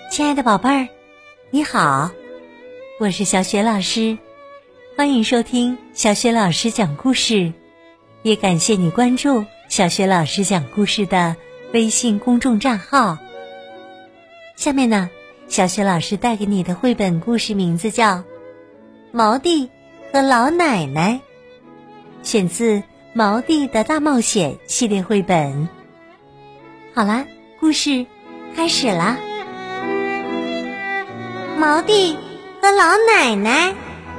亲爱的宝贝儿，你好，我是小雪老师，欢迎收听小雪老师讲故事，也感谢你关注小雪老师讲故事的微信公众账号。下面呢，小雪老师带给你的绘本故事名字叫《毛弟和老奶奶》，选自《毛弟的大冒险》系列绘本。好啦，故事开始啦。毛弟和老奶奶。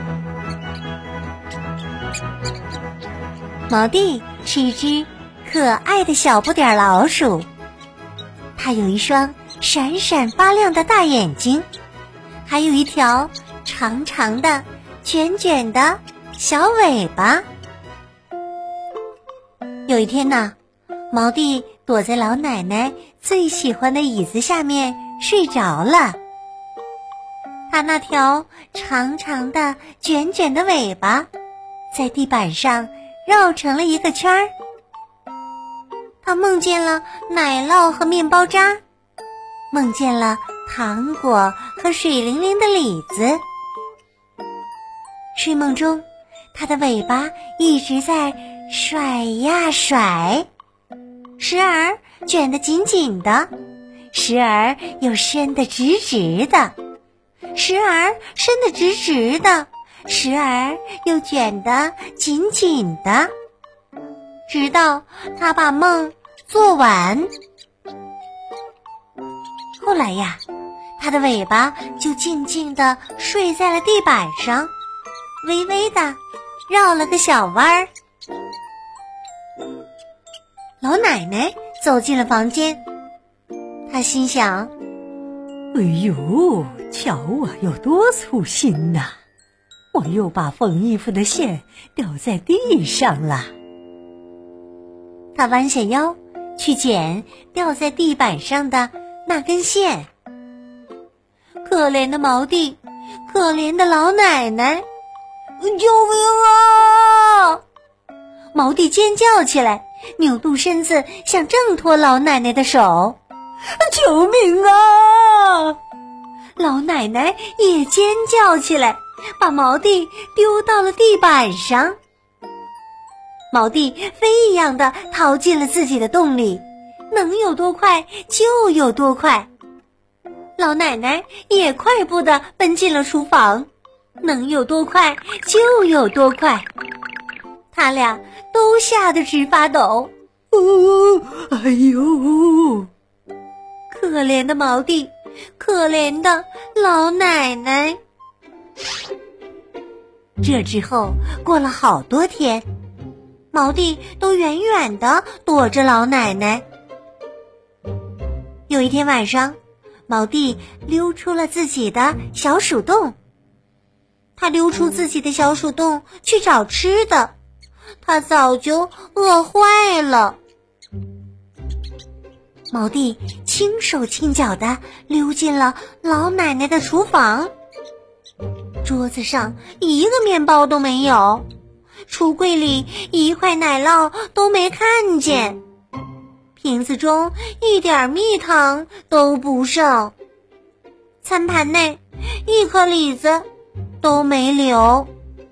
毛弟是一只可爱的小不点老鼠，它有一双闪闪发亮的大眼睛，还有一条长长的卷卷的小尾巴。有一天呢，毛弟躲在老奶奶最喜欢的椅子下面睡着了，他那条长长的卷卷的尾巴在地板上绕成了一个圈儿。他梦见了奶酪和面包渣，梦见了糖果和水灵灵的李子。睡梦中，他的尾巴一直在甩呀甩，时而卷得紧紧的，时而又伸得直直的，时而伸得直直的，时而又卷得紧紧的，直到他把梦做完。后来呀，他的尾巴就静静地睡在了地板上，微微地绕了个小弯儿。老奶奶走进了房间，她心想： 哎呦，瞧我有多粗心呐！我又把缝衣服的线掉在地上了。 她弯下腰去捡掉在地板上的那根线。可怜的毛弟，可怜的老奶奶，救命啊！毛弟尖叫起来，扭动身子想挣脱老奶奶的手。 救命啊！ 老奶奶也尖叫起来，把毛弟丢到了地板上。毛弟飞一样的逃进了自己的洞里，能有多快就有多快。老奶奶也快步的奔进了厨房，能有多快就有多快。他俩都吓得直发抖。 哎呦！ 可怜的毛弟，可怜的老奶奶。这之后过了好多天，毛弟都远远地躲着老奶奶。有一天晚上，毛弟溜出了自己的小鼠洞。他溜出自己的小鼠洞去找吃的，他早就饿坏了。毛弟轻手轻脚地溜进了老奶奶的厨房。桌子上一个面包都没有，橱柜里一块奶酪都没看见，瓶子中一点蜜糖都不剩，餐盘内一颗李子都没留。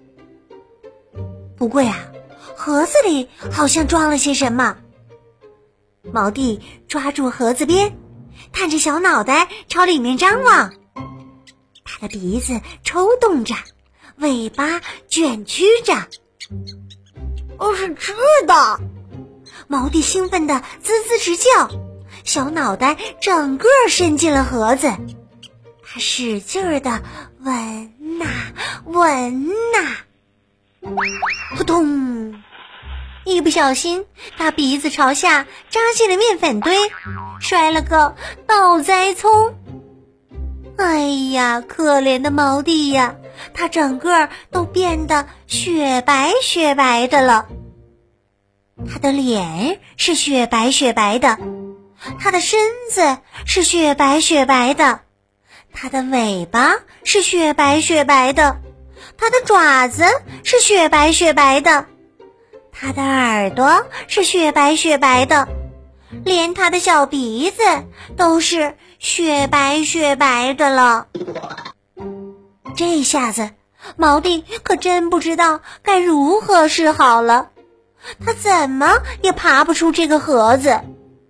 不过呀，盒子里好像装了些什么。毛弟抓住盒子边，探着小脑袋朝里面张望，他的鼻子抽动着，尾巴卷曲着。是吃的！毛弟兴奋地滋滋直叫，小脑袋整个伸进了盒子，他使劲儿地闻呐闻呐，扑通！一不小心，他鼻子朝下扎进了面粉堆，摔了个倒栽葱。哎呀，可怜的毛弟呀，他整个都变得雪白雪白的了。他的脸是雪白雪白的，他的身子是雪白雪白的，他的尾巴是雪白雪白的，他的爪子是雪白雪白的，他的耳朵是雪白雪白的，连他的小鼻子都是雪白雪白的了。这下子毛弟可真不知道该如何是好了，他怎么也爬不出这个盒子。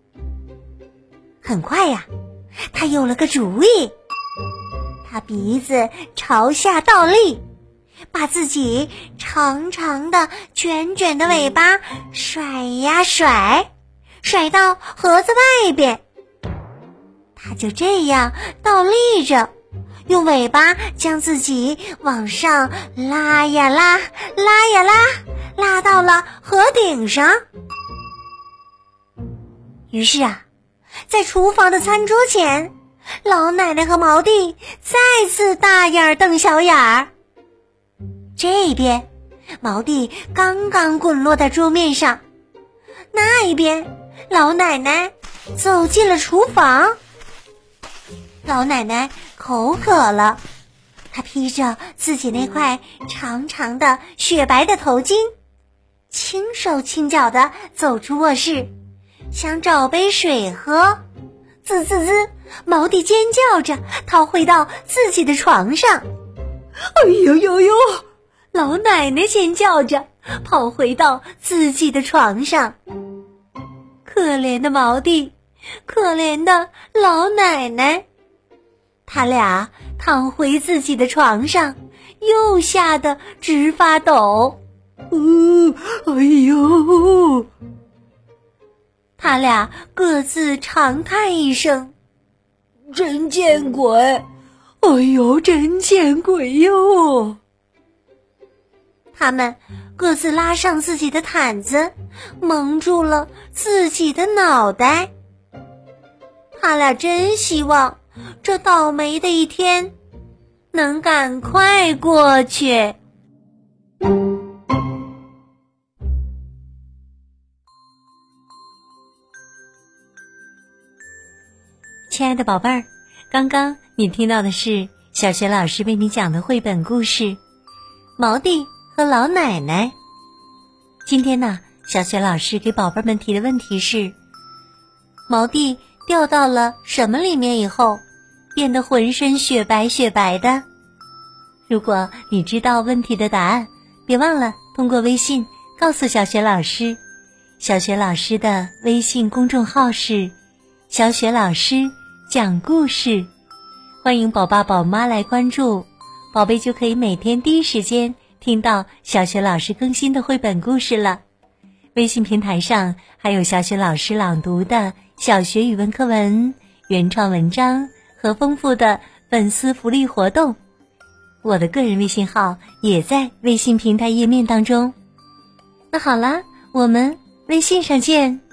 很快呀，他有了个主意，他鼻子朝下倒立，把自己长长的卷卷的尾巴甩呀甩，甩到盒子外边。他就这样倒立着，用尾巴将自己往上拉呀拉，拉呀拉，拉到了盒顶上。于是啊，在厨房的餐桌前，老奶奶和毛弟再次大眼瞪小眼儿。这边毛弟刚刚滚落在桌面上，那一边老奶奶走进了厨房。老奶奶口渴了，她披着自己那块长长的雪白的头巾，轻手轻脚地走出卧室，想找杯水喝。滋滋滋，毛弟尖叫着逃回到自己的床上。哎呦呦呦！老奶奶尖叫着跑回到自己的床上。可怜的毛弟，可怜的老奶奶，他俩躺回自己的床上，又吓得直发抖。哎呦！他俩各自长叹一声：“真见鬼！哎呦，真见鬼哟！”他们各自拉上自己的毯子，蒙住了自己的脑袋。他俩真希望这倒霉的一天能赶快过去。亲爱的宝贝儿，刚刚你听到的是小学老师为你讲的绘本故事《毛弟和老奶奶》。今天呢，小学老师给宝贝们提的问题是：毛弟掉到了什么里面以后，变得浑身雪白雪白的？如果你知道问题的答案，别忘了通过微信告诉小学老师。小学老师的微信公众号是小雪老师讲故事，欢迎宝爸宝妈来关注，宝贝就可以每天第一时间听到小学老师更新的绘本故事了。微信平台上还有小学老师朗读的小学语文课文、原创文章和丰富的粉丝福利活动。我的个人微信号也在微信平台页面当中。那好了，我们微信上见。